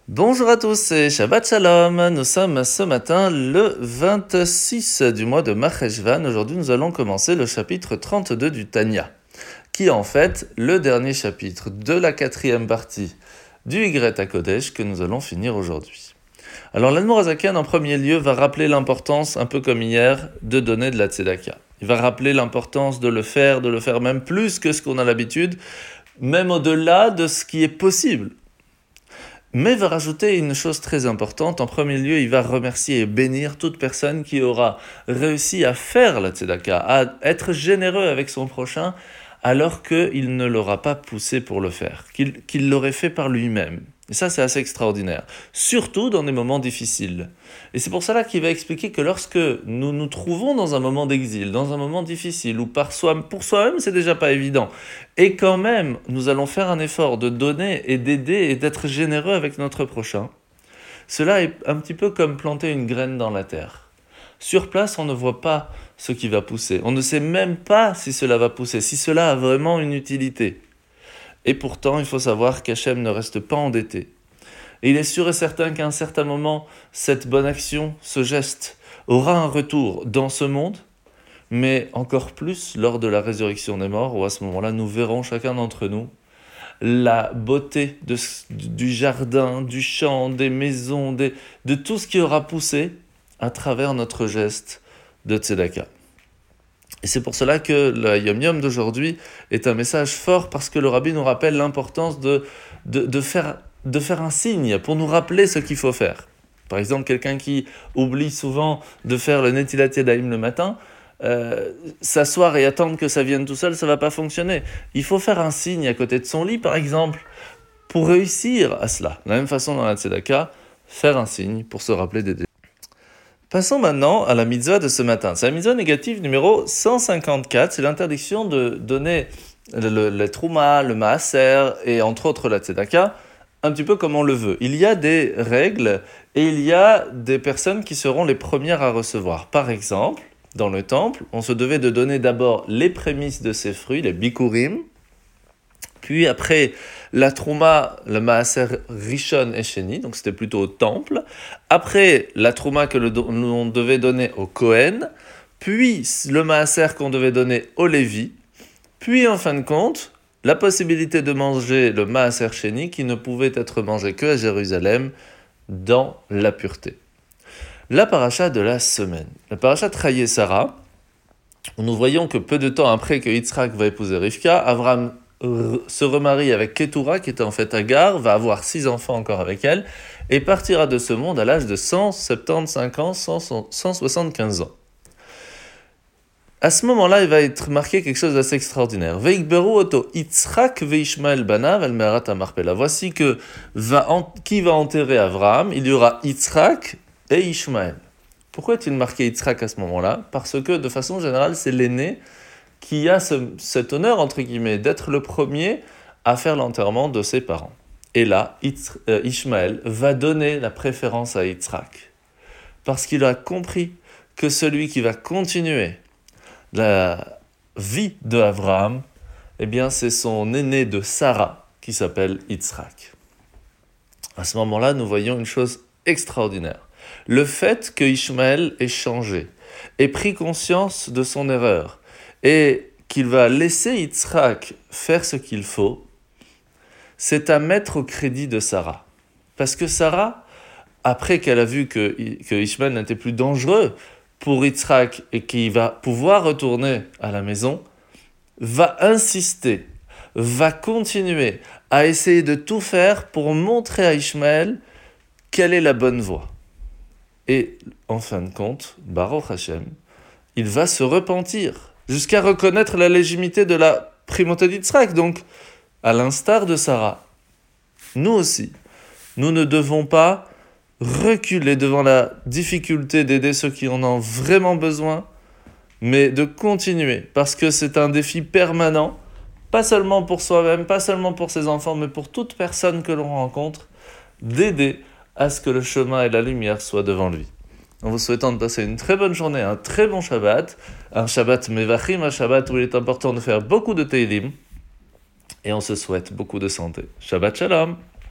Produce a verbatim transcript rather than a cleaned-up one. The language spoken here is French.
Bonjour à tous et Shabbat Shalom. Nous sommes ce matin le vingt-six du mois de Marcheshvan. Aujourd'hui, nous allons commencer le chapitre trente-deux du Tanya, qui est en fait le dernier chapitre de la quatrième partie du Ygret HaKodesh que nous allons finir aujourd'hui. Alors, l'Admor HaZaken, en premier lieu, va rappeler l'importance, un peu comme hier, de donner de la tzedaka. Il va rappeler l'importance de le faire, de le faire même plus que ce qu'on a l'habitude, même au-delà de ce qui est possible. Mais va rajouter une chose très importante. En premier lieu, il va remercier et bénir toute personne qui aura réussi à faire la tzedaka, à être généreux avec son prochain, alors qu'il ne l'aura pas poussé pour le faire, qu'il, qu'il l'aurait fait par lui-même. Et ça, c'est assez extraordinaire, surtout dans des moments difficiles. Et c'est pour cela qu'il va expliquer que lorsque nous nous trouvons dans un moment d'exil, dans un moment difficile, où par soi, pour soi-même, c'est déjà pas évident, et quand même, nous allons faire un effort de donner et d'aider et d'être généreux avec notre prochain, cela est un petit peu comme planter une graine dans la terre. Sur place, on ne voit pas ce qui va pousser. On ne sait même pas si cela va pousser, si cela a vraiment une utilité. Et pourtant, il faut savoir qu'Hachem ne reste pas endetté. Et il est sûr et certain qu'à un certain moment, cette bonne action, ce geste, aura un retour dans ce monde, mais encore plus lors de la résurrection des morts, où à ce moment-là, nous verrons chacun d'entre nous la beauté de, du jardin, du champ, des maisons, des, de tout ce qui aura poussé à travers notre geste de tzedaka. Et c'est pour cela que le Yom Yom d'aujourd'hui est un message fort, parce que le Rabbi nous rappelle l'importance de, de, de, faire, de faire un signe pour nous rappeler ce qu'il faut faire. Par exemple, quelqu'un qui oublie souvent de faire le Netilat Yadayim le matin, euh, s'asseoir et attendre que ça vienne tout seul, ça ne va pas fonctionner. Il faut faire un signe à côté de son lit, par exemple, pour réussir à cela. De la même façon, dans la Tzedaka, faire un signe pour se rappeler des... Passons maintenant à la mitzvah de ce matin. C'est la mitzvah négative numéro cent cinquante-quatre. C'est l'interdiction de donner le, le, le trouma, le maaser et entre autres la tzedaka, un petit peu comme on le veut. Il y a des règles et il y a des personnes qui seront les premières à recevoir. Par exemple, dans le temple, on se devait de donner d'abord les prémices de ces fruits, les bikurim, puis après la trouma, le maaser rishon et sheni, donc c'était plutôt au temple. Après la trouma que l'on devait donner au Kohen, puis le maaser qu'on devait donner au Lévi, puis en fin de compte, la possibilité de manger le maaser sheni qui ne pouvait être mangé que à Jérusalem dans la pureté. La paracha de la semaine, la paracha de Chayei Sarah, où nous voyons que peu de temps après que Yitzhak va épouser Rivka, Abraham se remarie avec Ketura, qui était en fait Agar, va avoir six enfants encore avec elle, et partira de ce monde à l'âge de cent soixante-quinze ans, cent soixante-quinze ans. À ce moment-là, il va être marqué quelque chose d'assez extraordinaire. Veikberu oto Yitzhak veishmael banav el me'arat hamarpela. Voici que va en, qui va enterrer Abraham. Il y aura Yitzhak et Ishmael. Pourquoi est-il marqué Yitzhak à ce moment-là ? Parce que de façon générale, c'est l'aîné qui a ce, cet honneur, entre guillemets, d'être le premier à faire l'enterrement de ses parents. Et là, Itz, euh, Ishmael va donner la préférence à Yitzhak, parce qu'il a compris que celui qui va continuer la vie de Abraham, eh bien, c'est son aîné de Sarah, qui s'appelle Yitzhak. À ce moment-là, nous voyons une chose extraordinaire. Le fait que Ishmael ait changé, ait pris conscience de son erreur, et qu'il va laisser Yitzhak faire ce qu'il faut, c'est à mettre au crédit de Sarah. Parce que Sarah, après qu'elle a vu que, que Ishmael n'était plus dangereux pour Yitzhak et qu'il va pouvoir retourner à la maison, va insister, va continuer à essayer de tout faire pour montrer à Ishmael quelle est la bonne voie. Et en fin de compte, Baruch Hashem, il va se repentir, jusqu'à reconnaître la légitimité de la primauté d'Yitzhak. Donc, à l'instar de Sarah, nous aussi, nous ne devons pas reculer devant la difficulté d'aider ceux qui en ont vraiment besoin, mais de continuer, parce que c'est un défi permanent, pas seulement pour soi-même, pas seulement pour ses enfants, mais pour toute personne que l'on rencontre, d'aider à ce que le chemin et la lumière soient devant lui. En vous souhaitant de passer une très bonne journée, un très bon Shabbat, un Shabbat Mevachim, un Shabbat où il est important de faire beaucoup de Teilim, et on se souhaite beaucoup de santé. Shabbat Shalom!